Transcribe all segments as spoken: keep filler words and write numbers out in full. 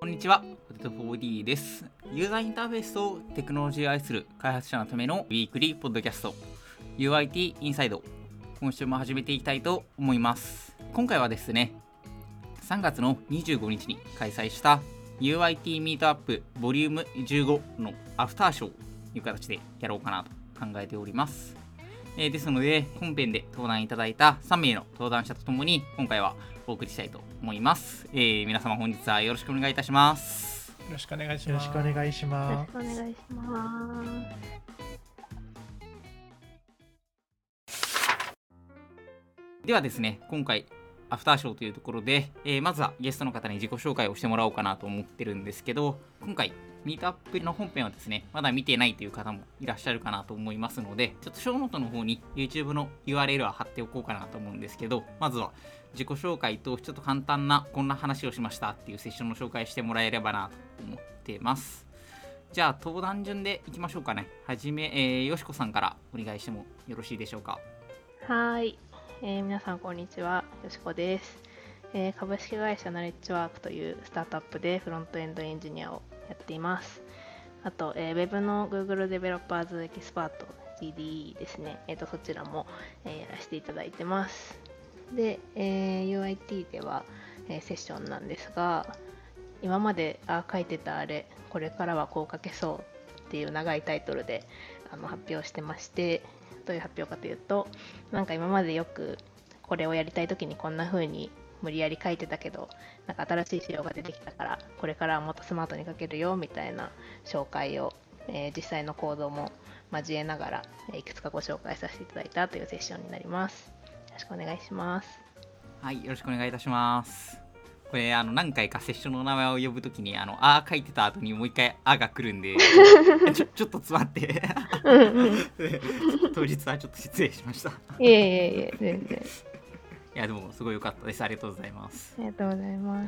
こんにちは、ポテト フォーディー です。ユーザーインターフェースとテクノロジーを愛する開発者のためのウィークリーポッドキャスト ユーアイティー インサイド、今週も始めていきたいと思います。今回はですね、さんがつのにじゅうごにちに開催した ユーアイティー ミートアップボリュームじゅうごのアフターショーという形でやろうかなと考えております。えー、ですので本編で登壇いただいたさんめいの登壇者とともに今回はお送りしたいと思います。えー、皆様本日はよろしくお願いいたします。 よろしくお願いしよろます。 しくお願いします。 よろしくお願いします。 ではですね、今回アフターショーというところで、えー、まずはゲストの方に自己紹介をしてもらおうかなと思ってるんですけど、今回ミートアップの本編はですね、まだ見てないという方もいらっしゃるかなと思いますので、ちょっとショーノートの方に YouTube の ユーアールエル は貼っておこうかなと思うんですけど、まずは自己紹介とちょっと簡単なこんな話をしましたっていうセッションの紹介してもらえればなと思ってます。じゃあ登壇順でいきましょうかね。はじめ、えー、よしこさんからお願いしてもよろしいでしょうか。 はい、えー、皆さんこんにちは、よしこです。えー、株式会社ナレッジワークというスタートアップでフロントエンドエンジニアをやっています。あと、えー、Web の Google デベロッパーズエキスパート ジーディーイー ですね、えーと、そちらも、えー、やらせていただいてます。で、えー、ユーアイティー では、えー、セッションなんですが、今まであ書いてたあれ、これからはこう書けそうっていう長いタイトルであの発表してまして、どういう発表かというと、なんか今までよくこれをやりたいときにこんな風に無理やり書いてたけど、なんか新しい資料が出てきたからこれからはもっとスマートに書けるよみたいな紹介を、えー、実際のコードも交えながら、えー、いくつかご紹介させていただいたというセッションになります。よろしくお願いします。 はい、よろしくお願いいたします。これあの何回かセッションの名前を呼ぶときにあのあー書いてた後にもう一回あが来るんでちょ, ちょっと詰まってうん、うん、 当日はちょっと失礼しました。 いえいえいえ、全然。 いやでもすごい良かったです。ありがとうございます。 ありがとうございます。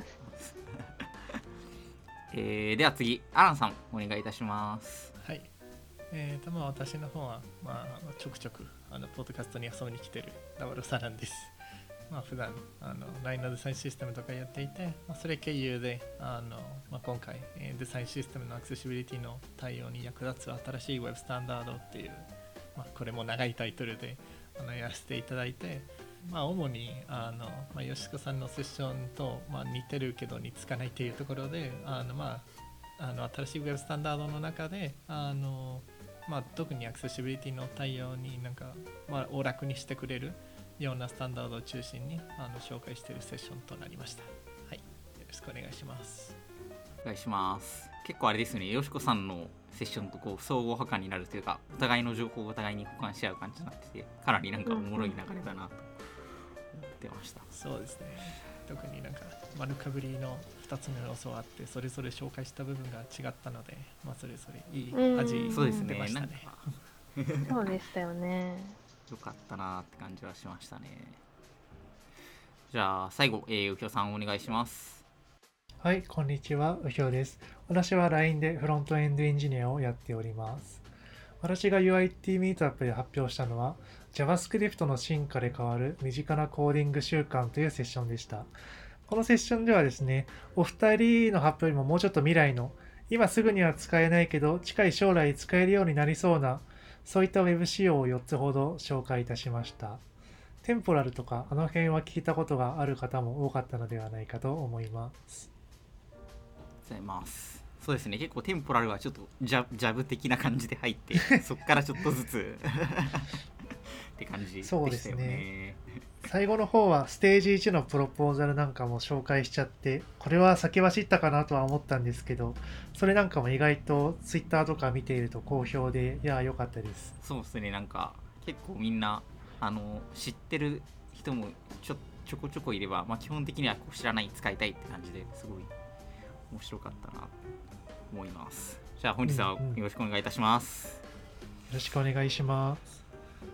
えー、では次アランさんお願いいたします。 はい。えーとまあ私の方はまあちょくちょくあのポッドキャストに遊びに来てるダブルサランです。まあ普段あの ライン のデザインシステムとかやっていて、まあ、それ経由であの、まあ、今回、えー、デザインシステムのアクセシビリティの対応に役立つ新しい Web スタンダードっていう、まあ、これも長いタイトルであのやらせていただいて、まあ、主にあの、まあ、吉子さんのセッションと、まあ、似てるけど似つかないっていうところであの、まあ、あの新しい Web スタンダードの中であの、まあ、特にアクセシビリティの対応になんか、まあ、お楽にしてくれるようなスタンダードを中心にあの紹介しているセッションとなりました。はい、よろしくお願いします。 お願いします。結構あれですね、よしこさんのセッションとこう相互補完になるというか、お互いの情報をお互いに補完し合う感じになってて、かなりなんかおもろい流れだなと思ってました。 そうですね。特になんか丸かぶりのふたつめの要素があって、それぞれ紹介した部分が違ったので、まあ、それぞれいい味そうですね。 出ましたね。 そうでしたよね。 よかったなって感じはしましたね。じゃあ最後、えー、うひょさんお願いします。 はい、こんにちは、うひょです。私は ライン でフロントエンドエンジニアをやっております。私が ユーアイティー ミートアップで発表したのは JavaScript の進化で変わる身近なコーディング習慣というセッションでした。このセッションではですね、お二人の発表よりももうちょっと未来の、今すぐには使えないけど近い将来使えるようになりそうなそういった Web 仕様をよっつほど紹介いたしました。テンポラルとかあの辺は聞いたことがある方も多かったのではないかと思います。 ありがとうございます。そうですね、結構テンポラルはちょっとジャ、ジャブ的な感じで入ってそこからちょっとずつって感じでしたよね。そうですね。 最後の方はステージいちのプロポーザルなんかも紹介しちゃって、これは先走ったかなとは思ったんですけど、それなんかも意外とツイッターとか見ていると好評で、いや良かったです。 そうですね、なんか結構みんなあの知ってる人もちょちょこちょこいれば、まあ、基本的にはこう知らない使いたいって感じですごい面白かったなと思います。じゃあ本日はよろしくお願いいたします。 うんうん、よろしくお願いします。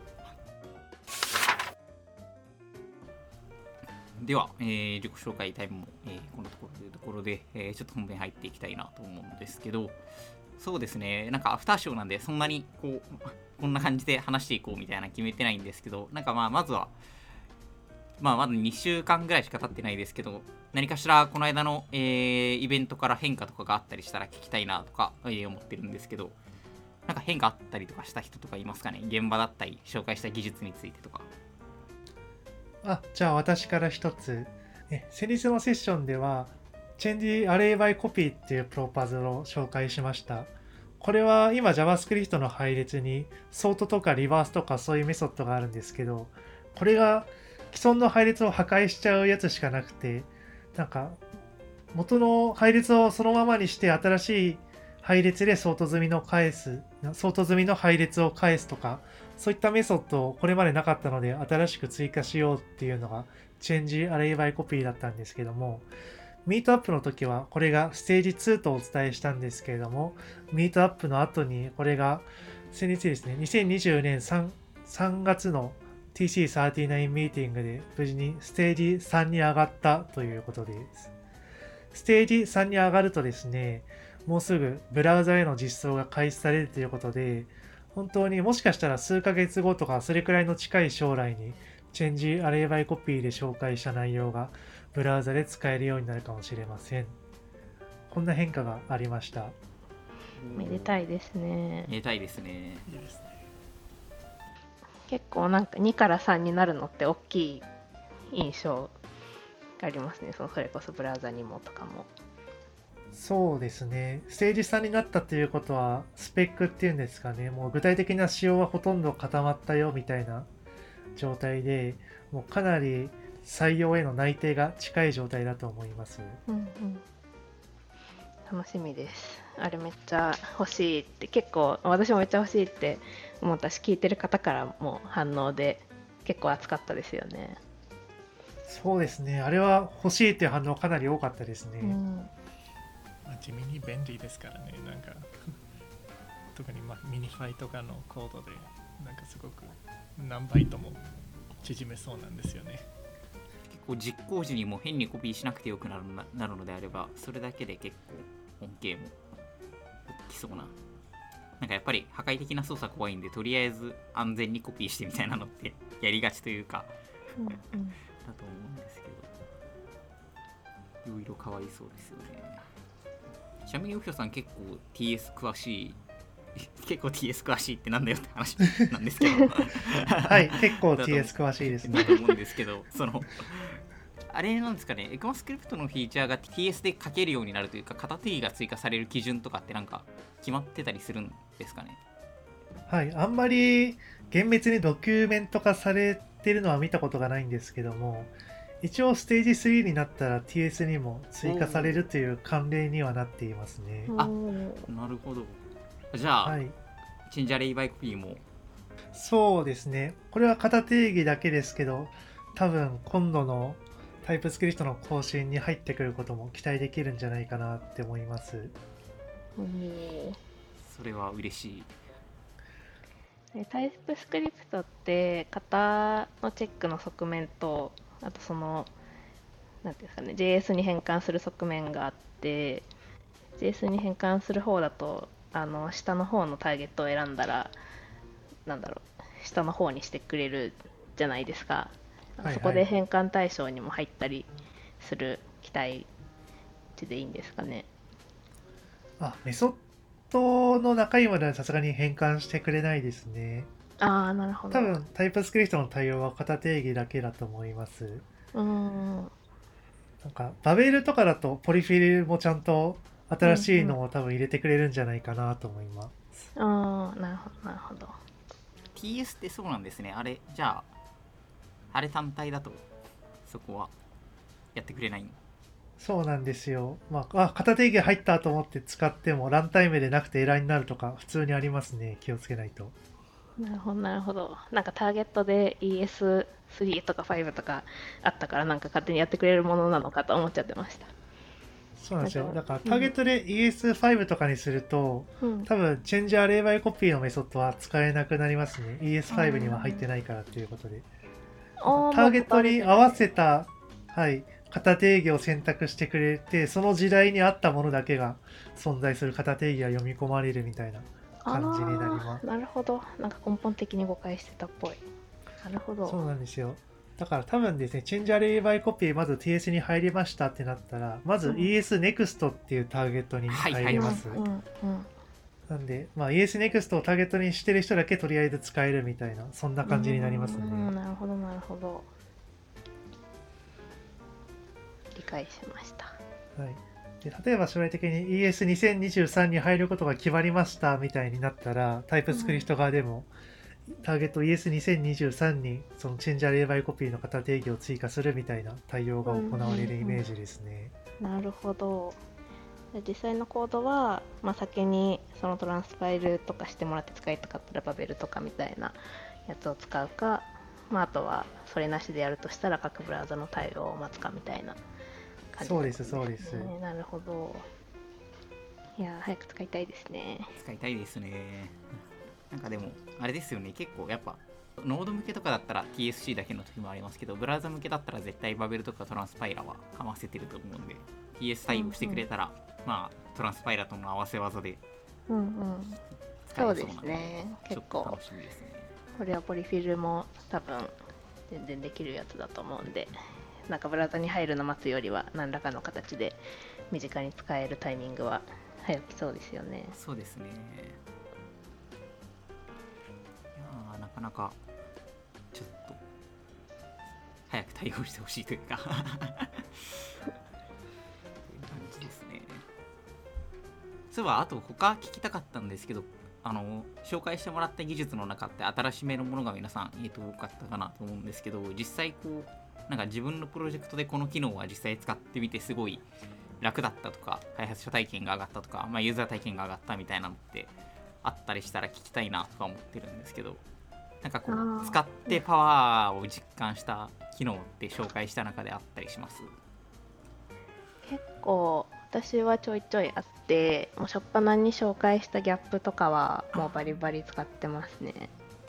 では、えー、自己紹介タイムも、えー、このところというところで、えー、ちょっと本編入っていきたいなと思うんですけど、そうですね、なんかアフターショーなんでそんなにこうこんな感じで話していこうみたいな決めてないんですけど、なんかまあまずはまあ、まだにしゅうかんぐらいしか経ってないですけど、何かしらこの間の、えーイベントから変化とかがあったりしたら聞きたいなとか、えー思ってるんですけど、なんか変化あったりとかした人とかいますかね。現場だったり紹介した技術についてとか。 あ、じゃあ私から一つ。え先日のセッションでは、Change Array by Copy っていうプロパズルを紹介しました。これは今 JavaScript の配列にソートとかリバースとかそういうメソッドがあるんですけど、これが既存の配列を破壊しちゃうやつしかなくて、なんか元の配列をそのままにして新しい配列でソート済みの返す、ソート済みの配列を返すとか、そういったメソッドをこれまでなかったので新しく追加しようっていうのが Change Array by Copy だったんですけども、ミートアップの時はこれがステージツーとお伝えしたんですけれども、ミートアップの後にこれが先日ですね、にせんにじゅうねん 3, 3月の ティーシーさんじゅうきゅう ミーティングで無事にステージさんに上がったということです。ステージさんに上がるとですね、もうすぐブラウザへの実装が開始されるということで、本当にもしかしたら数ヶ月後とかそれくらいの近い将来に Change Array by Copy で紹介した内容がブラウザで使えるようになるかもしれません。こんな変化がありました。 めでたいですね。 めでたいですね。 いいですね。 結構なんかにからさんになるのって大きい印象がありますね。そのそれこそブラウザにもとかも。 そうですね。ステージさんになったということはスペックっていうんですかね。もう具体的な仕様はほとんど固まったよみたいな状態で、もうかなり採用への内定が近い状態だと思います。 うんうん、楽しみです。あれめっちゃ欲しいって、結構私もめっちゃ欲しいって思ったし、聞いてる方からも反応で結構熱かったですよね。 そうですね。あれは欲しいっていう反応かなり多かったですね。 うん、 まあ、地味に便利ですからね。なんか特にまあミニファイとかのコードでなんかすごく何倍とも縮めそうなんですよね。 結構実行時にも変にコピーしなくてよくなるななるのであれば、それだけで結構恩恵も大きそうな。なんかやっぱり破壊的な操作怖いんで、とりあえず安全にコピーしてみたいなのってやりがちというか、 うんうん、 だと思うんですけど、いろいろかわいそうですよね。ちなみにウフヨさん結構 ティーエス 詳しい結構 ティーエス 詳しいってなんだよって話なんですけどはい、結構 ティーエス 詳しいですね。 だと思うんですけど、そのあれなんですかね、エクマスクリプトのフィーチャーが ティーエス で書けるようになるというか、型定義が追加される基準とかってなんか決まってたりするんですかね。 はい、あんまり厳密にドキュメント化されてるのは見たことがないんですけども、一応ステージスリーになったら ティーエス にも追加されるという慣例にはなっていますね。 あ、なるほど。じゃあ、 はい、 チェンジャレイバイコピーもそうですね。これは型定義だけですけど、多分今度のタイプスクリプトの更新に入ってくることも期待できるんじゃないかなって思います。 うん、 それは嬉しい。 タイプスクリプトって型のチェックの側面と、あとそのなんていうんですかね、ジェイエス に変換する側面があって、 ジェイエス に変換する方だとあの下の方のターゲットを選んだらなんだろう下の方にしてくれるじゃないですか。 はいはい、 そこで変換対象にも入ったりする期待値でいいんですかね。 あ、メソッドの中身まではさすがに変換してくれないですね。 ああ、なるほど。 多分タイプスクリプトの対応は型定義だけだと思います。 うーん、 なんかバベルとかだとポリフィルもちゃんと新しいのを多分入れてくれるんじゃないかなと思います。 うんうん、ああ、なるほどなるほど。 ティーエス ってそうなんですね。あれじゃああれ単体だとそこはやってくれないの？ そうなんですよ。まあ、あ、型定義入ったと思って使ってもランタイムでなくてエラーになるとか普通にありますね。気をつけないと。 なるほどなるほど。なんかターゲットで イーエススリー とかファイブとかあったから、なんか勝手にやってくれるものなのかと思っちゃってました。 そうなんですよ。だからうんターゲットで イーエスファイブ とかにすると、 うん多分チェンジャーレイバイコピーのメソッドは使えなくなりますね。イーエスファイブ には入ってないからということで。ターゲットに合わせた、はい、型定義を選択してくれて、その時代に合ったものだけが存在する型定義が読み込まれるみたいな感じになります。 なるほど。なんか根本的に誤解してたっぽい。なるほど。 そうなんですよ。 だから多分ですね、チェンジャーレイバイコピーまず ティーエス に入りましたってなったら、まず イーエス ネクストっていうターゲットに入ります。 うんうんうん、 なんで、まあ、イーエス ネクストをターゲットにしてる人だけとりあえず使えるみたいな、そんな感じになりますね。 うん、なるほどなるほど。理解しました。 はい。で例えば将来的に イーエスにせんにじゅうさん に入ることが決まりましたみたいになったら、タイプスクリプト側でも、ターゲット イーエスにせんにじゅうさん にそのチェンジャーレイバイコピーの型定義を追加するみたいな対応が行われるイメージですね。 うんうんうん、なるほど。実際のコードは、まあ、先にそのトランスファイルとかしてもらって使いたかったらバベルとかみたいなやつを使うか、まあ、あとはそれなしでやるとしたら各ブラウザの対応を待つかみたいな感じ、ね、 そうですそうです。 なるほど。いや早く使いたいですね。 使いたいですね。なんかでもあれですよね、結構やっぱノード向けとかだったら ティーエスシー だけの時もありますけど、ブラウザ向けだったら絶対バベルとかトランスパイラはかませてると思うんで、 ティーエス 対応してくれたら、うんうん、まあトランスパイラとの合わせ技でうんうん使えそうなので、 そうですね、結構楽しみですね。 これはポリフィルも多分全然できるやつだと思うんで、なんかブラウザに入るの待つよりは何らかの形で身近に使えるタイミングは早きそうですよね。 そうですね。いやなかなかちょっと早く対応してほしいというかという感じですね。そういえばあと他聞きたかったんですけど、あの紹介してもらった技術の中って新しめのものが皆さん、えー、と多かったかなと思うんですけど、実際こうなんか自分のプロジェクトでこの機能は実際使ってみてすごい楽だったとか、開発者体験が上がったとか、まあ、ユーザー体験が上がったみたいなのってあったりしたら聞きたいなとか思ってるんですけど、なんかこう使ってパワーを実感した機能って紹介した中であったりします？ 結構私はちょいちょいあって、もう初っ端に紹介したギャップとかはもうバリバリ使ってますね。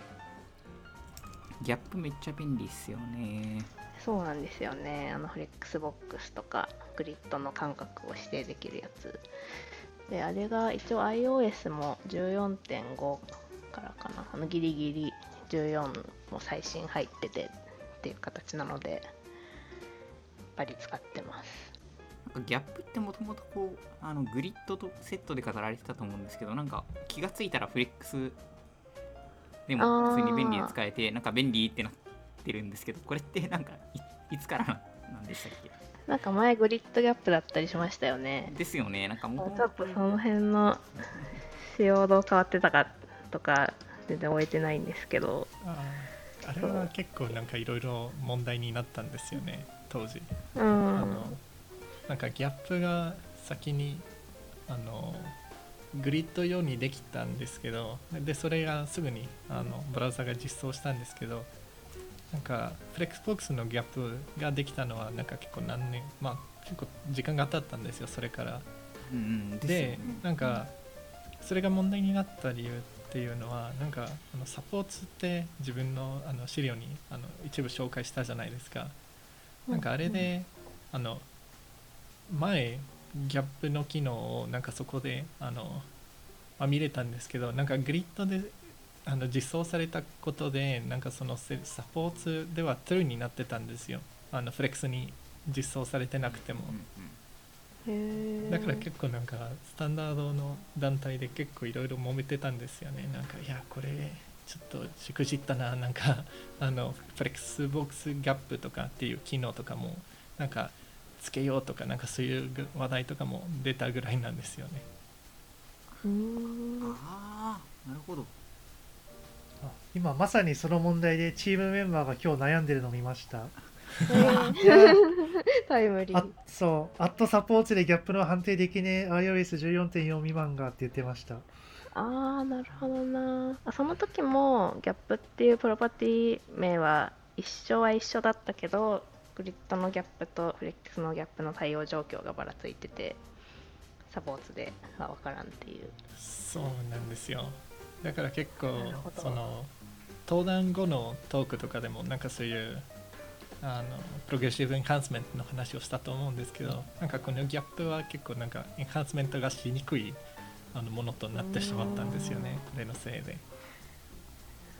ギャップめっちゃ便利っすよね。 そうなんですよね。あのフレックスボックスとかグリッドの間隔を指定できるやつで、あれが一応 iOS も じゅうよんてんご からかな、あのギリギリじゅうよんも最新入っててっていう形なので、やっぱり使ってます。 なんかギャップってもともとこうあのグリッドとセットで語られてたと思うんですけど、なんか気がついたらフレックスでも普通に便利で使えて、なんか便利ってなってるんですけど、これってなんか い, いつからなんでしたっけ？ なんか前グリッドギャップだったりしましたよね。 ですよね。なんかもうちょっとその辺の仕様どう変わってたかとか全然終えてないんですけど、 あ, あれは結構なんかいろいろ問題になったんですよね当時。 うん、 あのなんかギャップが先にあのグリッド用にできたんですけど、でそれがすぐにあのブラウザが実装したんですけど、なんかフレックスボックスのギャップができたのはなんか結構何年、まあ結構時間が経ったんですよ、それから。 うんうん、で, でなんかそれが問題になった理由っていうのは、なんかあのサポーツって自分 の, あの資料にあの一部紹介したじゃないですか。なんかあれで、あの前ギャップの機能をなんかそこであの、まあ、見れたんですけど、なんかグリッドであの実装されたことで、なんかそのサポーツでは true になってたんですよ、あのフレックスに実装されてなくても。 へだから結構なんかスタンダードの団体で結構いろいろ揉めてたんですよね。なんかいやこれちょっとしくじったな、なんかあのフレックスボックスギャップとかっていう機能とかもなんかつけようとか、なんかそういう話題とかも出たぐらいなんですよね。 うーん、 ああ、なるほど。 あ今まさにその問題でチームメンバーが今日悩んでるのを見ました。 えー、タイムリー。 あそうアットサポーツでギャップの判定できねえ アイオーエスじゅうよんてんよん 未満がって言ってました。 ああ、なるほどな。あ、その時もギャップっていうプロパティ名は一緒は一緒だったけど、グリッドのギャップとフレックスのギャップの対応状況がばらついてて、サポーツでは分からんっていう。 そうなんですよ。だから結構なるほど。 その登壇後のトークとかでもなんかそういうあのプログレッシブエンハンスメントの話をしたと思うんですけど、なんかこのギャップは結構なんかエンハンスメントがしにくいあのものとなってしまったんですよね、これのせいで。 そ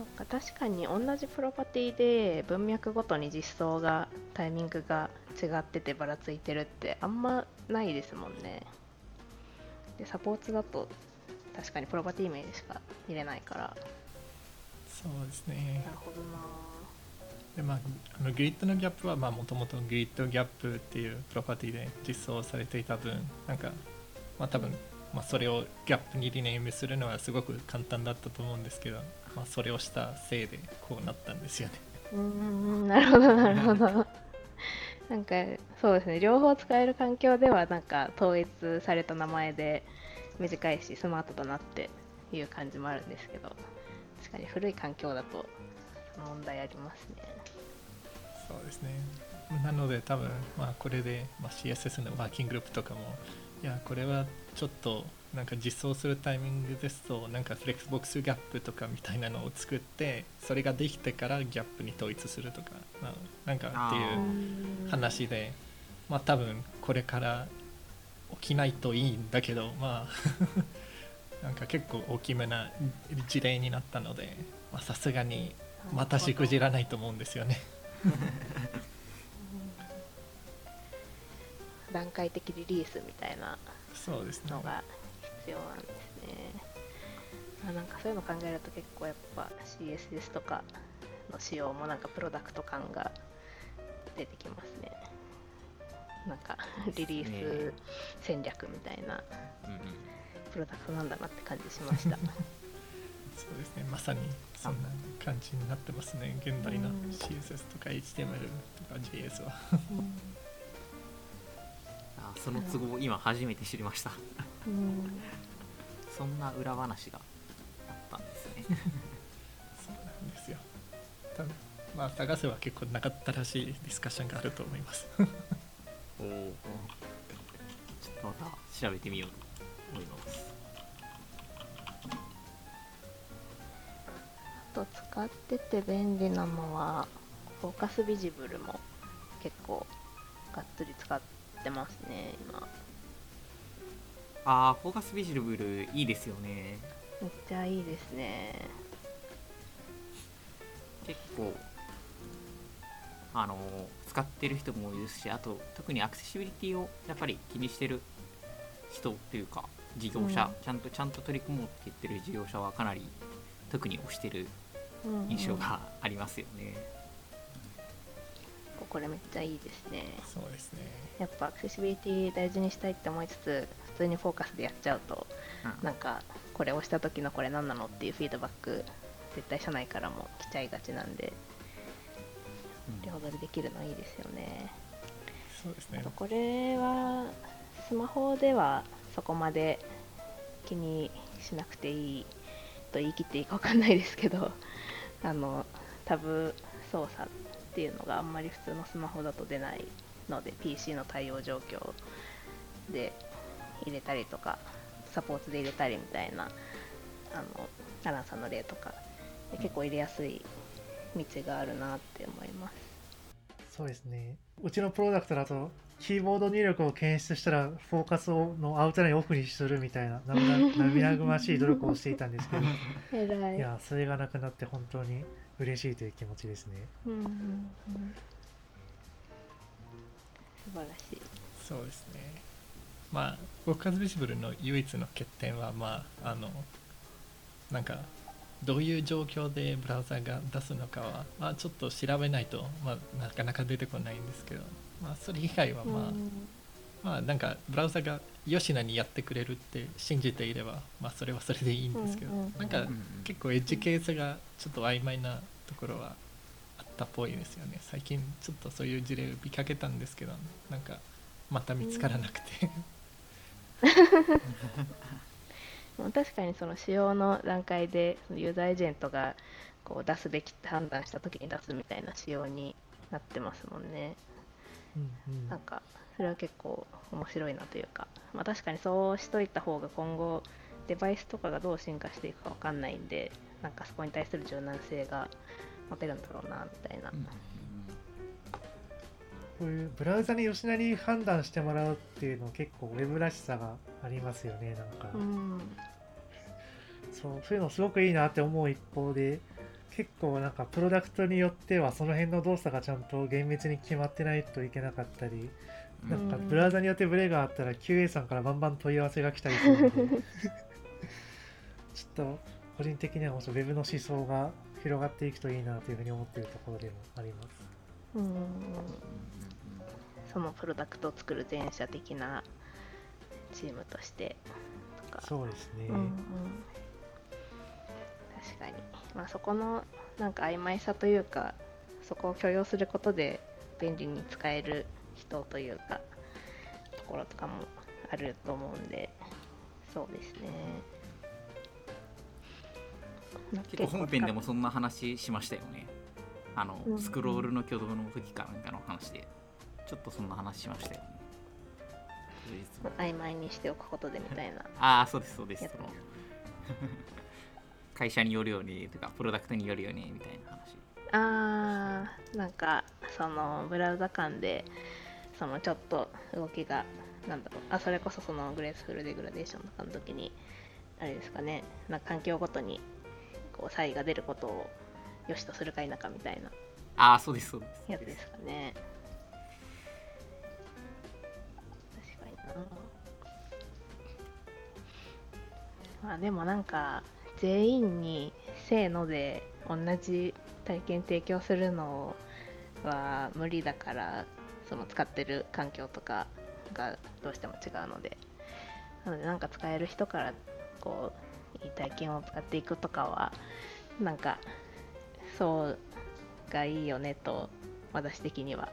そっか、確かに同じプロパティで文脈ごとに実装がタイミングが違っててばらついてるってあんまないですもんね。でサポーツだと確かにプロパティ名でしか入れないから。 そうですね。 なるほどな。 でまあ、あのグリッドのギャップはもともとグリッドギャップっていうプロパティで実装されていた分、なんか、まあ、多分、まあ、それをギャップにリネームするのはすごく簡単だったと思うんですけど、まあ、それをしたせいでこうなったんですよね。 うーん、なるほどなるほど。なんかそうですね、両方使える環境ではなんか統一された名前で短いしスマートだなっていう感じもあるんですけど、確かに古い環境だと問題ありますね。 そうですね。なので多分、まあ、これで、まあ、シーエスエス のワーキンググループとかも、いやこれはちょっとなんか実装するタイミングですとなんかフレックスボックスギャップとかみたいなのを作って、それができてからギャップに統一するとか、まあ、なんかっていう話で、まあ多分これから起きないといいんだけど、まあなんか結構大きめな事例になったので、さすがにまたしくじらないと思うんですよね。 段階的リリースみたいなそうですねのが必要なんですね。あ、なんかそういうの考えると結構やっぱ シーエスエス とかの仕様もなんかプロダクト感が出てきますね。なんかリリース戦略みたいなプロダクトなんだなって感じしました。 そうですね、まさにそんな感じになってますね、現代の シーエスエス とか エイチティーエムエル とか ジェイエス は。 あ、その都合今初めて知りました。 うん、 そんな裏話があったんですね。 そうなんですよ。多分まあ探せば結構なかったらしいディスカッションがあると思います。 おお、ちょっとまた調べてみようと思います。 あと使ってて便利なのはフォーカスビジブルも結構がっつり使ってますね今。 ああ、フォーカスビジブルいいですよね。 めっちゃいいですね。 結構あの使ってる人も多いですし、あと特にアクセシビリティをやっぱり気にしてる人っていうか事業者、うん、ちゃんとちゃんと取り組もうって言ってる事業者はかなり特に推してる印象がありますよね。うんうん、 これめっちゃいいですね。 そうですね。 やっぱアクセシビリティ大事にしたいって思いつつ普通にフォーカスでやっちゃうと、うん、なんかこれ押した時のこれ何なのっていうフィードバック絶対社内からも来ちゃいがちなんで、うん、両取りできるのいいですよね。 そうですね。 これはスマホではそこまで気にしなくていいと言い切っていいか分かんないですけど、あのタブ操作っていうのがあんまり普通のスマホだと出ないので ピーシー の対応状況で入れたりとかサポートで入れたりみたいな、あのアランさんの例とか結構入れやすい道があるなって思います。 そうですね。うちのプロダクトだとキーボード入力を検出したらフォーカスのアウトラインをオフにするみたいな涙ぐましい努力をしていたんですけど偉い。 いやそれがなくなって本当に嬉しいという気持ちですね。 うんうんうん、素晴らしい。 そうですね。まあフォーカスビジブルの唯一の欠点はまああのなんかどういう状況でブラウザが出すのかは、まあ、ちょっと調べないと、まあ、なかなか出てこないんですけど、まあ、それ以外はまあ、まあなんかブラウザが吉野にやってくれるって信じていれば、まあ、それはそれでいいんですけど、なんか結構エッジケースがちょっと曖昧なところはあったっぽいですよね。最近ちょっとそういう事例を見かけたんですけど、なんかまた見つからなくて確かにその仕様の段階でそのユーザーエージェントがこう出すべきって判断した時に出すみたいな仕様になってますもんね。うんうん、なんかそれは結構面白いなというか、まあ、確かにそうしといた方が今後デバイスとかがどう進化していくか分かんないんで、なんかそこに対する柔軟性が持てるんだろうなみたいな。うん、 こういうブラウザに吉成に判断してもらうっていうの結構ウェブらしさがありますよね。なんか、うん、そう、そういうのすごくいいなって思う一方で、 結構なんかプロダクトによってはその辺の動作がちゃんと厳密に決まってないといけなかったり、なんかブラウザによってブレがあったら キューエー さんからバンバン問い合わせが来たりするのでちょっと個人的にはもし Web の思想が広がっていくといいなというふうに思っているところでもあります。 うん、そのプロダクトを作る前者的なチームとしてとか。 そうですね、 うんうん、確かに、まあ、そこのなんか曖昧さというか、そこを許容することで便利に使える人というかところとかもあると思うんで、そうですね。 結構本編でもそんな話しましたよね。あの、うんうん、スクロールの挙動の時かなんかの話でちょっとそんな話しましたよね。 曖昧にしておくことでみたいなああ、そうですそうです。その会社によるようにとかプロダクトによるようにみたいな話。 ああ、なんかそのブラウザ間でそのちょっと動きがなんだろう、あ、それこそそのグレースフルデグラデーションとかの時にあれですかね、なんか環境ごとにこう差異が出ることを良しとするか否かみたいな。 ああ、そうですそうです。 やつですかね。確かにな。まあでもなんか全員にせーので同じ体験提供するのは無理だから、その使ってる環境とかがどうしても違うので、なのでなんか使える人からこういい体験を使っていくとかはなんかそうがいいよねと私的には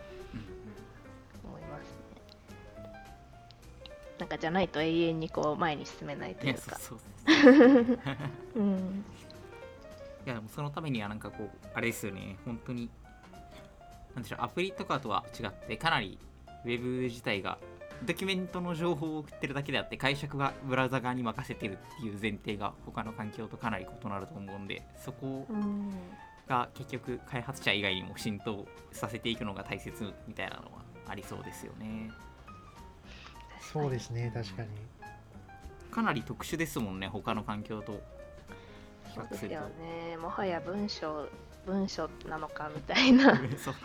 思いますね。なんかじゃないと永遠にこう前に進めないというか。いや、そうそうそううん、 いやでもそのためにはなんかこうあれですよね、本当になんでしょう、アプリとかとは違ってかなりウェブ自体がドキュメントの情報を送ってるだけであって解釈がブラウザ側に任せてるっていう前提が他の環境とかなり異なると思うんで、そこが結局開発者以外にも浸透させていくのが大切みたいなのはありそうですよね。 そうですね、確かにかなり特殊ですもんね、他の環境と比較すると。 そうですよね、もはや文章文章なのかみたいなそうそうですよ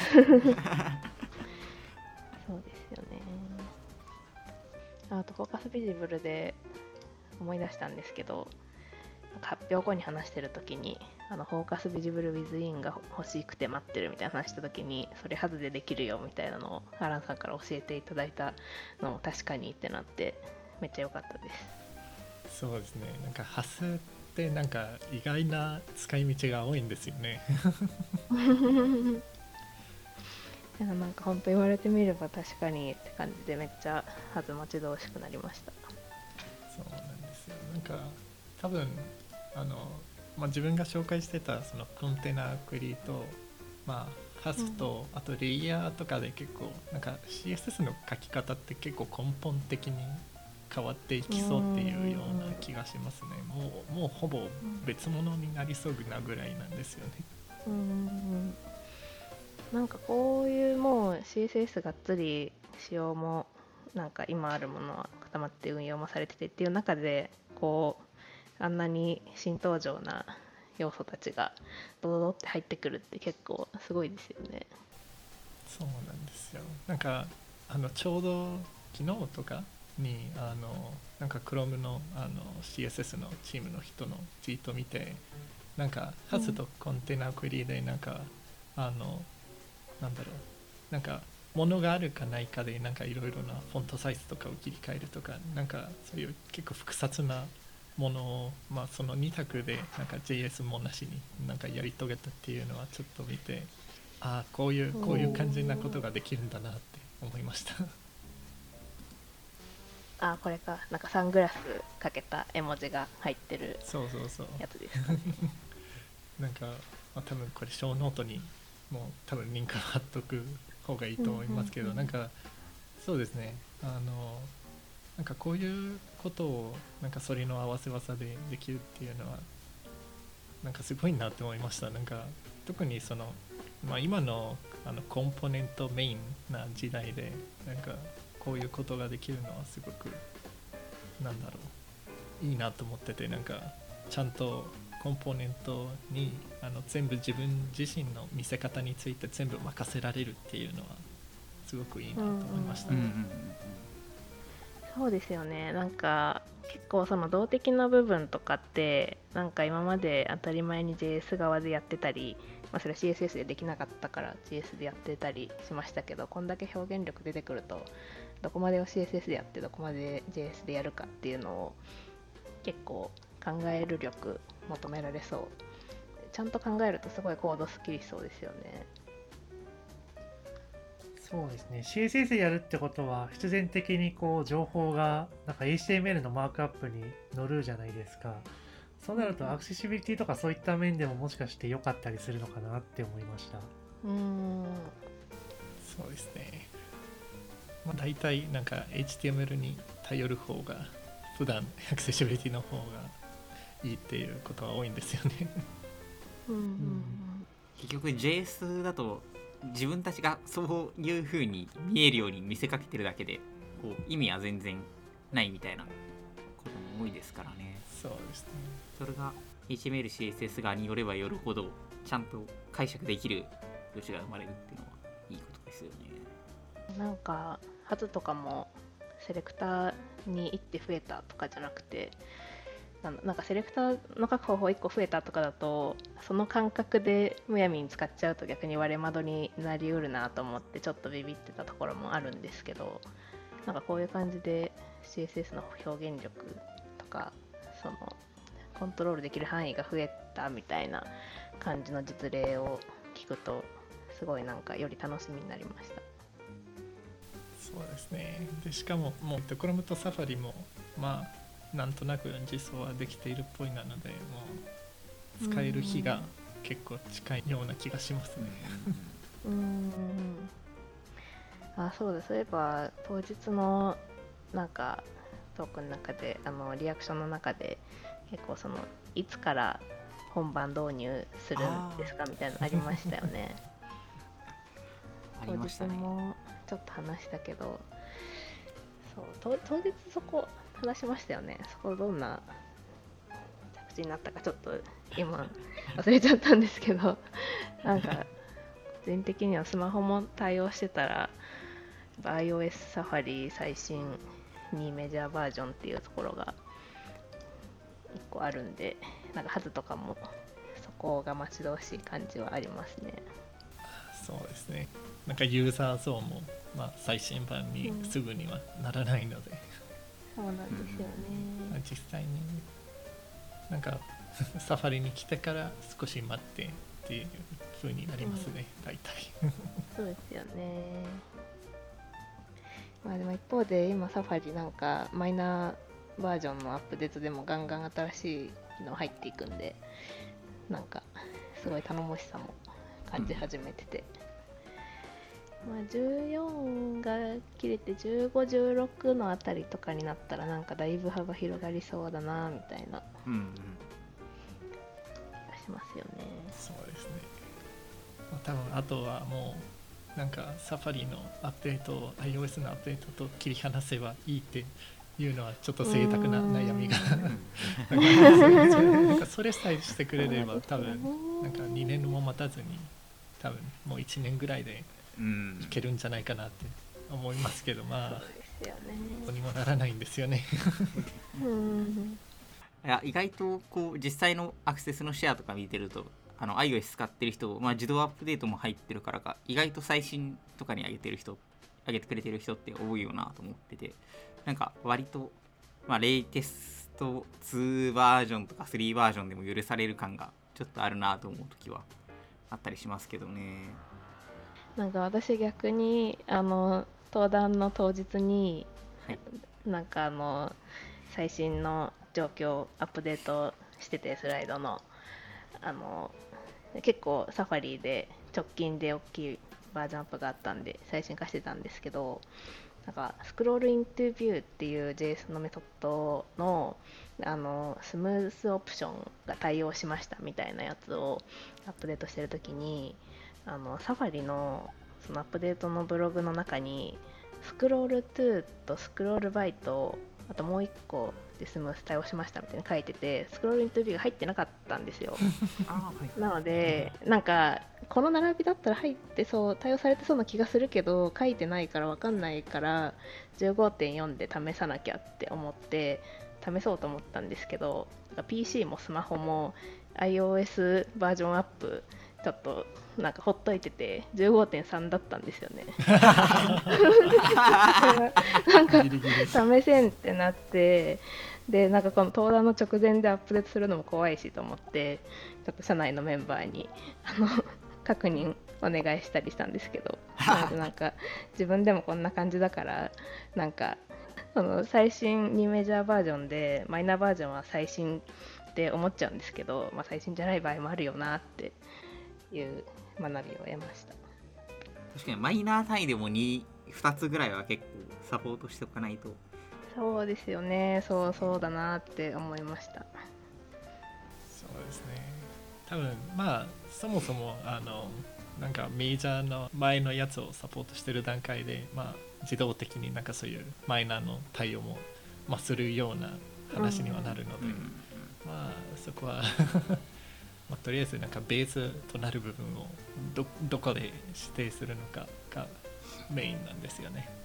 ね。あとフォーカスビジブルで思い出したんですけど、発表後に話してるときにあのフォーカスビジブルウィズインが欲しくて待ってるみたいな話したときに、それハズでできるよみたいなのをアランさんから教えていただいたのも確かにってなってめっちゃ良かったです。 そうですね、なんかハスってなんか意外な使い道が多いんですよねなんか本当言われてみれば確かにって感じで、めっちゃハズ待ち遠しくなりました。 そうなんですよ。なんか多分あの、まあ、自分が紹介してたそのコンテナクリと、まあ、ハスと、うん、あとレイヤーとかで結構なんか シーエスエス の書き方って結構根本的に変わっていきそうっていうような気がしますね。もう、もうほぼ別物になりそうなぐらいなんですよね。 うん、なんかこういうもう シーエスエス がっつり仕様もなんか今あるものは固まって運用もされててっていう中で、こうあんなに新登場な要素たちがドドドって入ってくるって結構すごいですよね。 そうなんですよ。なんかあのちょうど昨日とかにあのなんか Chrome の, あの シーエスエス のチームの人のツイート見て、なんかハスとコンテナクリでなんか、うん、あのなんだろう、なんか物があるかないかでなんかいろいろなフォントサイズとかを切り替えるとか、なんかそういう結構複雑なものを、まあ、そのに択でなんか ジェイエス もなしになんかやり遂げたっていうのはちょっと見て、ああこういうこういう感じなことができるんだなって思いましたあ、これか、なんかサングラスかけた絵文字が入ってるやつですかね。 そうそうそうなんか、まあ、多分これショーノートにもう多分リンク貼っとく方がいいと思いますけど、うんうんうん、なんかそうですね、あのなんかこういうことをなんかそれの合わせ技でできるっていうのはなんかすごいなって思いました。なんか特にその、まあ、今のあのコンポーネントメインな時代でなんかこういうことができるのはすごくなんだろういいなと思ってて、なんかちゃんとコンポーネントにあの全部自分自身の見せ方について全部任せられるっていうのはすごくいいなと思いました、 うんうんうんうんそうですよね。なんか結構その動的な部分とかってなんか今まで当たり前に ジェイエス 側でやってたり、まあ、それは シーエスエス でできなかったから ジェイエス でやってたりしましたけど、こんだけ表現力出てくるとどこまでを シーエスエス でやってどこまで ジェイエス でやるかっていうのを結構考える力求められそう。ちゃんと考えるとすごいコードスッキリしそうですよね。 そうですね。シーエスエス でやるってことは必然的にこう情報がなんか エイチティーエムエル のマークアップに載るじゃないですか。そうなるとアクセシビリティとかそういった面でももしかして良かったりするのかなって思いました。 うーんそうですね、まあ、大体なんか エイチティーエムエル に頼る方が普段アクセシビリティの方がいいっていうことは多いんですよねうんうんうん結局 ジェイエス だと自分たちがそういう風に見えるように見せかけてるだけでこう意味は全然ないみたいなことも多いですからね。 そうですね。 それが エイチティーエムエル、シーエスエス 側によればよるほどちゃんと解釈できる余地が生まれるっていうのはいいことですよね。 なんか数とかもセレクターにいって増えたとかじゃなくて、なんなんかセレクターの書く方法いっこ増えたとかだとその感覚でむやみに使っちゃうと逆に割れ窓になりうるなと思ってちょっとビビってたところもあるんですけど、なんかこういう感じで シーエスエス の表現力とかそのコントロールできる範囲が増えたみたいな感じの実例を聞くとすごいなんかより楽しみになりました。 そうですね。でしかももう Chrome と Safari もまあなんとなく実装はできているっぽいなので、もう使える日が結構近いような気がしますね。 うーんあ、そうだ、そういえば当日のなんかトークの中であのリアクションの中で結構そのいつから本番導入するんですかみたいなのありましたよね。 ありましたね。 当日もちょっと話したけど、そう当日そこ話しましたよね。そこどんな着地になったかちょっと今忘れちゃったんですけどなんか個人的にはスマホも対応してたら iOS サファリ最新にメジャーバージョンっていうところがいっこあるんで、なんかハズとかもそこが待ち遠しい感じはありますね。 そうですね。なんかユーザー層も、まあ、最新版にすぐにはならないので、 そうなんですよね。 まあ実際になんかサファリに来てから少し待ってっていう風になりますね、うん、大体そうですよね。まあでも一方で今サファリなんかマイナーバージョンのアップデートでもガンガン新しい機能入っていくんで、なんかすごい頼もしさも感じ始めてて、うん、まあじゅうよんが切れてじゅうご、じゅうろくのあたりとかになったらなんかだいぶ幅広がりそうだなみたいなうんうん気がしますよね。 そうですね、まあ、多分あとはもうなんかサファリのアップデートを iOS のアップデートと切り離せばいいっていうのはちょっと贅沢な悩みがなんかそれさえしてくれれば多分なんかにねんも待たずに多分もういちねんぐらいでいけるんじゃないかなって思いますけど、まあそうですよね。 どうにもならないんですよねうんいや意外とこう実際のアクセスのシェアとか見てるとあの iOS 使ってる人、まあ、自動アップデートも入ってるからか意外と最新とかに上げてる人上げてくれてる人って多いよなと思ってて、なんか割と、まあ、レイテストにバージョンとかさんバージョンでも許される感がちょっとあるなと思う時はあったりしますけどね。 なんか私逆にあの登壇の当日に、はい、なんかあの最新の状況アップデートしててスライドのあの結構サファリで直近で大きいバージョンアップがあったんで最新化してたんですけど、なんかスクロールイントゥビューっていう ジェイエス のメソッドのあのスムースオプションが対応しましたみたいなやつをアップデートしてるときにあのサファリのそのアップデートのブログの中にスクロールトゥとスクロールバイとあともういっこでスムース対応しましたみたいに書いてて、スクロールイントゥビューが入ってなかったんですよ。 あーはいなのでなんかこの並びだったら入ってそう対応されてそうな気がするけど書いてないから分かんないから じゅうごてんよん で試さなきゃって思って試そうと思ったんですけど、 ピーシー もスマホも iOS バージョンアップちょっとなんかほっといてて じゅうごてんさん だったんですよね。なんかギリギリ試せんってなって、でなんかこの登壇の直前でアップデートするのも怖いしと思ってちょっと社内のメンバーにあの確認お願いしたりしたんですけど、なのでなんか自分でもこんな感じだからなんかその最新にメジャーバージョンでマイナーバージョンは最新って思っちゃうんですけど、まあ、最新じゃない場合もあるよなっていう学びを得ました。 確かにマイナー単位でも 2, 2つぐらいは結構サポートしておかないと。 そうですよね、そうそうだなって思いました。 そうですね。多分まあそもそもあのなんかメジャーの前のやつをサポートしてる段階で、まあ、自動的になんかそういうマイナーの対応も、まあ、するような話にはなるので、 うんまあそこはまあ、とりあえずなんかベースとなる部分を ど, どこで指定するのかがメインなんですよね。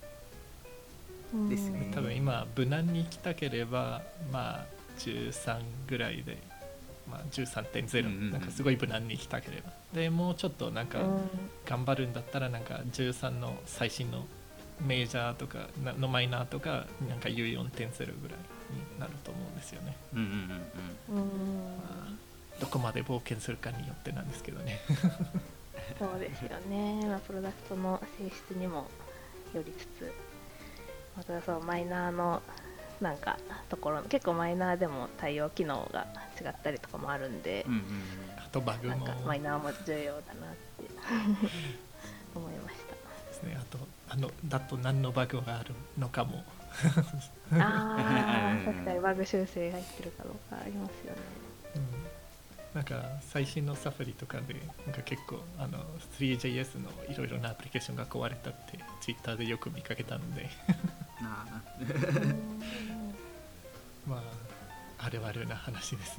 ですね。 多分今無難に行きたければまあじゅうさんぐらいで、まあ、じゅうさんてんゼロ、 うんうんうん、 なんかすごい無難に行きたければでもうちょっとなんか頑張るんだったらなんかじゅうさんの最新のメジャーとかのマイナーとかなんか ユーよんてんゼロ ぐらいになると思うんですよね。 うんうんうんうん、 まあどこまで冒険するかによってなんですけどね。 そうですよね、まあ、プロダクトの性質にもよりつつ、またそうマイナーのなんかところ結構マイナーでも対応機能が違ったりとかもあるんで、 うんうんうん、 あとバグもなんかマイナーも重要だなって思いましたですね。あとあのだと何のバグがあるのかもああ確かにバグ修正入ってるかどうかありますよね。 うんなんか最新のサファリとかでなんか結構あの スリージェイエス のいろいろなアプリケーションが壊れたってツイッターでよく見かけたのであまああれはあるな話ですね。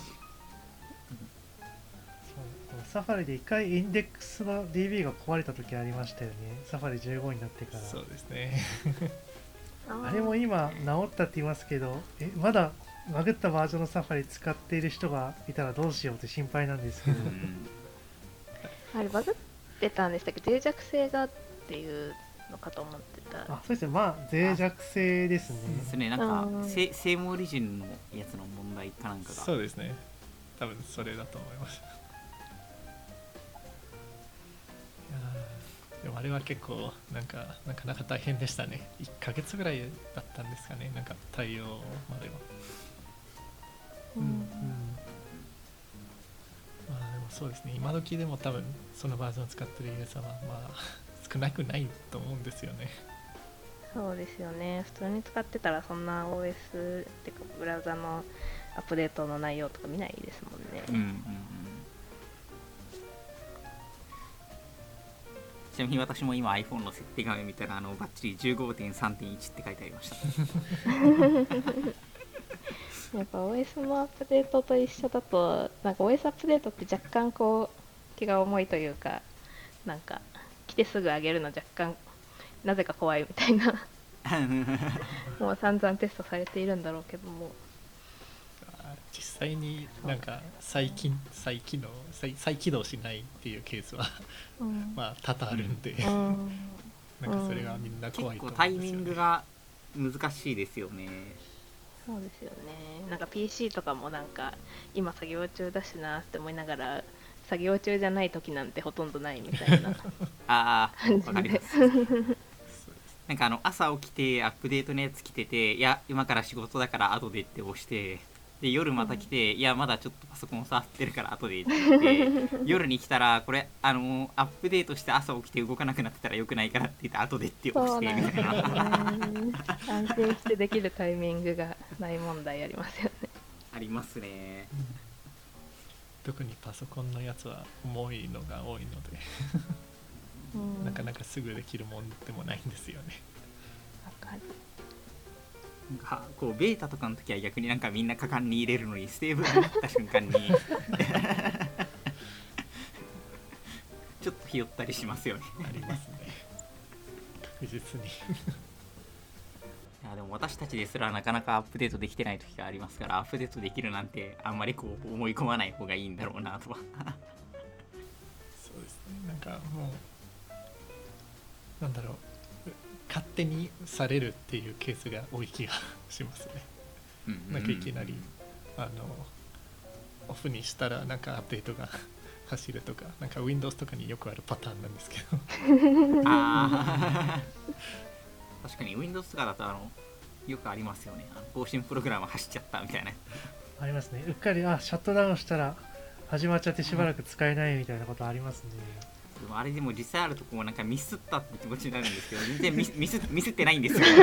そうサファリで一回インデックスの ディービー が壊れた時ありましたよね。サファリじゅうごになってから。 そうですね。 あれも今治ったって言いますけど、えまだバグったバージョンのサファリ使っている人がいたらどうしようって心配なんですけど、 うん、 あれバグってたんでしたっけ、脆弱性がっていうのかと思ってた。 あそうですね、まあ脆弱性ですね。 ですね、なんかセームオリジンのやつの問題かなんかが。 そうですね、多分それだと思います。いやでもあれは結構なんかなかなか大変でしたね。いっかげつぐらいだったんですかね、なんか対応までは。 うんうんうん、まあでもそうですね、今時でも多分そのバージョンを使ってるユーザーはまあ少なくないと思うんですよね。 そうですよね、普通に使ってたらそんな オーエス ってかブラウザのアップデートの内容とか見ないですもんね。 うんうんうん、ちなみに私も今 iPhone の設定画面見たらあのバッチリ じゅうごてんさんてんいち って書いてありました。 やっぱ オーエス のアップデートと一緒だとなんか オーエス アップデートって若干こう気が重いというか、なんか来てすぐ上げるの若干なぜか怖いみたいなもう散々テストされているんだろうけども、 実際になんか再起再起動 再, 再起動しないっていうケースは、うん、まあ多々あるんで、うん、なんかそれがみんな怖いと思うんですよね。 結構タイミングが難しいですよね。 そうですよね、なんか ピーシー とかもなんか今作業中だしなって思いながら作業中じゃない時なんてほとんどないみたいなああわかりますなんかあの朝起きてアップデートのやつ来てて、いや今から仕事だから後でって押して、で夜また来て、うん、いやまだちょっとパソコン触ってるから後でって言って夜に来たらこれあのアップデートして朝起きて動かなくなってたらよくないからって言って後でって押してみたいな、 安定してできるタイミングがない問題ありますよね。 ありますね、 うん、特にパソコンのやつは重いのが多いのでうん、なかなかすぐできるもんでもないんですよね。 わかる。 なんかこうベータとかの時は逆になんかみんな果敢に入れるのにステーブルになった瞬間にちょっとひよったりしますよね。 ありますね確実にいやでも私たちですらなかなかアップデートできてない時がありますから、アップデートできるなんてあんまりこう思い込まない方がいいんだろうなとはそうですね、なんかもうなんだろう、勝手にされるっていうケースが多い気がしますね。なんかいきなりあのオフにしたらなんかアップデートが走るとか、なんか Windows とかによくあるパターンなんですけどあ確かに Windows とかだとあのよくありますよね。あの更新プログラム走っちゃったみたいな。 ありますね。うっかりあシャットダウンしたら始まっちゃってしばらく使えないみたいなことありますね。 でもあれでも実際あるとこうなんかミスったって気持ちになるんですけど、全然ミスミスミスってないんですよ、ね、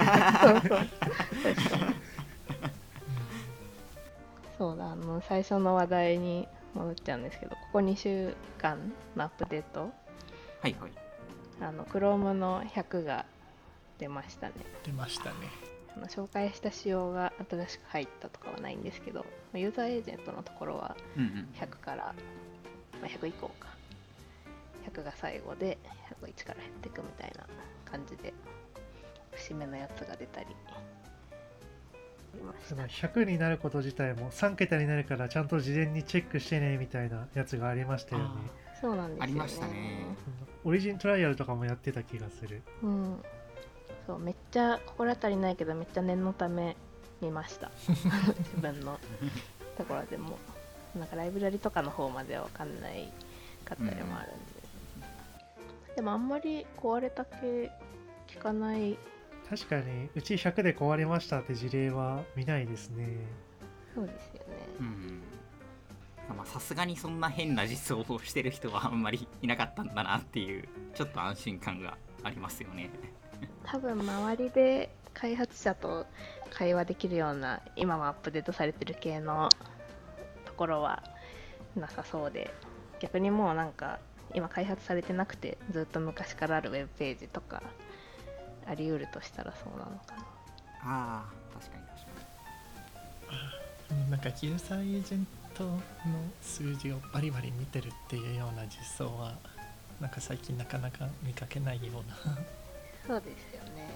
そうだ、あの最初の話題に戻っちゃうんですけど、ここにしゅうかんのアップデート、 はいはい、 あの Chrome のひゃくが出ましたね。 出ましたね。 あの紹介した仕様が新しく入ったとかはないんですけど、ユーザーエージェントのところはひゃくから、まあ、ひゃく以降か、ひゃくが最後でひゃくいちから減っていくみたいな感じで節目のやつが出たりありました。 ひゃくになること自体もさん桁になるからちゃんと事前にチェックしてねみたいなやつがありましたよね。 そうなんですよね。 ありましたね。 オリジントライアルとかもやってた気がする。 うん、そうめっちゃ心当たりないけどめっちゃ念のため見ました自分のところでもなんかライブラリとかの方までは分かんないかったりもあるんで、うん、でもあんまり壊れた系聞かない。 確かにうちひゃくで壊れましたって事例は見ないですね。 そうですよね。 うんさすがにそんな変な実装をしてる人はあんまりいなかったんだなっていうちょっと安心感がありますよね。 多分周りで開発者と会話できるような今はアップデートされてる系のところはなさそうで、逆にもうなんか今開発されてなくてずっと昔からあるウェブページとかあり得るとしたらそうなのかな。 ああ確かに確かになんかユーザーエージェントの数字をバリバリ見てるっていうような実装はなんか最近なかなか見かけないようなそうですよね。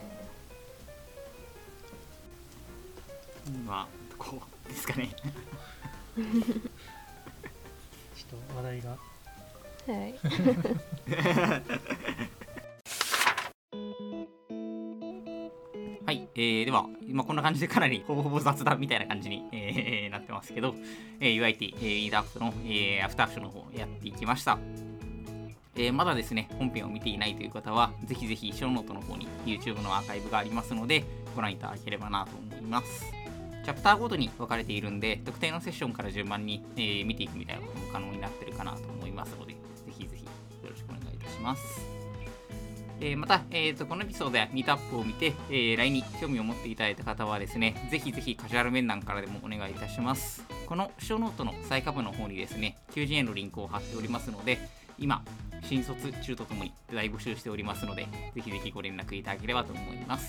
今こうですかねちょっと話題がはいはい、えー、では今こんな感じでかなりほぼほぼ雑談みたいな感じに、えー、なってますけど、えー、ユーアイティー、えー、インタープトの、えー、アフターアクションの方やっていきました。えー、まだですね本編を見ていないという方はぜひぜひショーノートの方に YouTube のアーカイブがありますのでご覧いただければなと思います。チャプターごとに分かれているんで特定のセッションから順番に、えー、見ていくみたいなことも可能になっているかなと思いますのでぜひぜひよろしくお願いいたします。えー、また、えー、とこのエピソードやミートアップを見て、えー、ライン に興味を持っていただいた方はですねぜひぜひカジュアル面談からでもお願いいたします。このショーノートの最下部の方にですね求人へのリンクを貼っておりますので今新卒中とともに大募集しておりますのでぜひぜひご連絡いただければと思います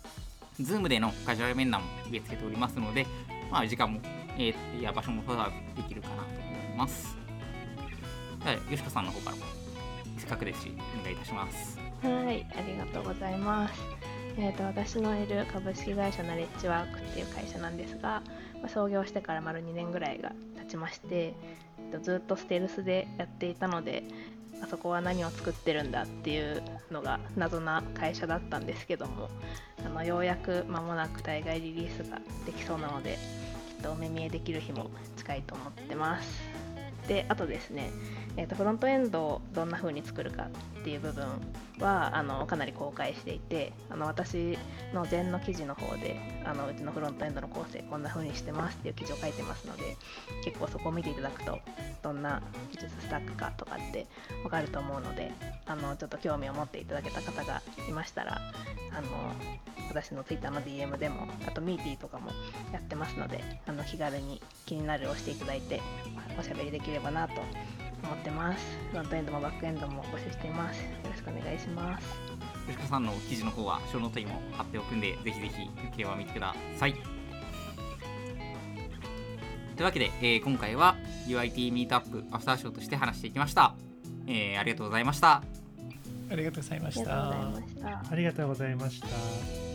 。Zoom でのカジュアル面談も受け付けておりますので、まあ、時間も、えー、いや場所もフォローできるかなと思います。はい、よしこさんの方からもせっかくですしお願いいたします。 はい、ありがとうございます。えーと、私のいる株式会社ナレッジワークっていう会社なんですが、まあ、創業してから丸にねんぐらいが経ちまして、えーと、ずっとステルスでやっていたのであそこは何を作ってるんだっていうのが謎な会社だったんですけども、あのようやく間もなく対外リリースができそうなのできっとお目見えできる日も近いと思ってます。で、あとですね、えーと、フロントエンドをどんな風に作るかっていう部分はあのかなり公開していて、あの私の前の記事の方であのうちのフロントエンドの構成こんな風にしてますっていう記事を書いてますので、結構そこを見ていただくとどんな技術スタックかとかって分かると思うので、あのちょっと興味を持っていただけた方がいましたら、あの私の Twitter の ディーエム でもあとミーティーとかもやってますので、あの気軽に気になるをしていただいておしゃべりできればなと思ってます。フロントエンドもバックエンドも募集しています。よろしくお願いします。 吉川さんの記事の方はショーノートにも貼っておくんで、ぜひぜひよければ見てください。というわけで、えー、今回は ユーアイティー ミートアップアフターショーとして話していきました。えー、ありがとうございました。 ありがとうございましありがとうございた。 ました。 ありがとうございました。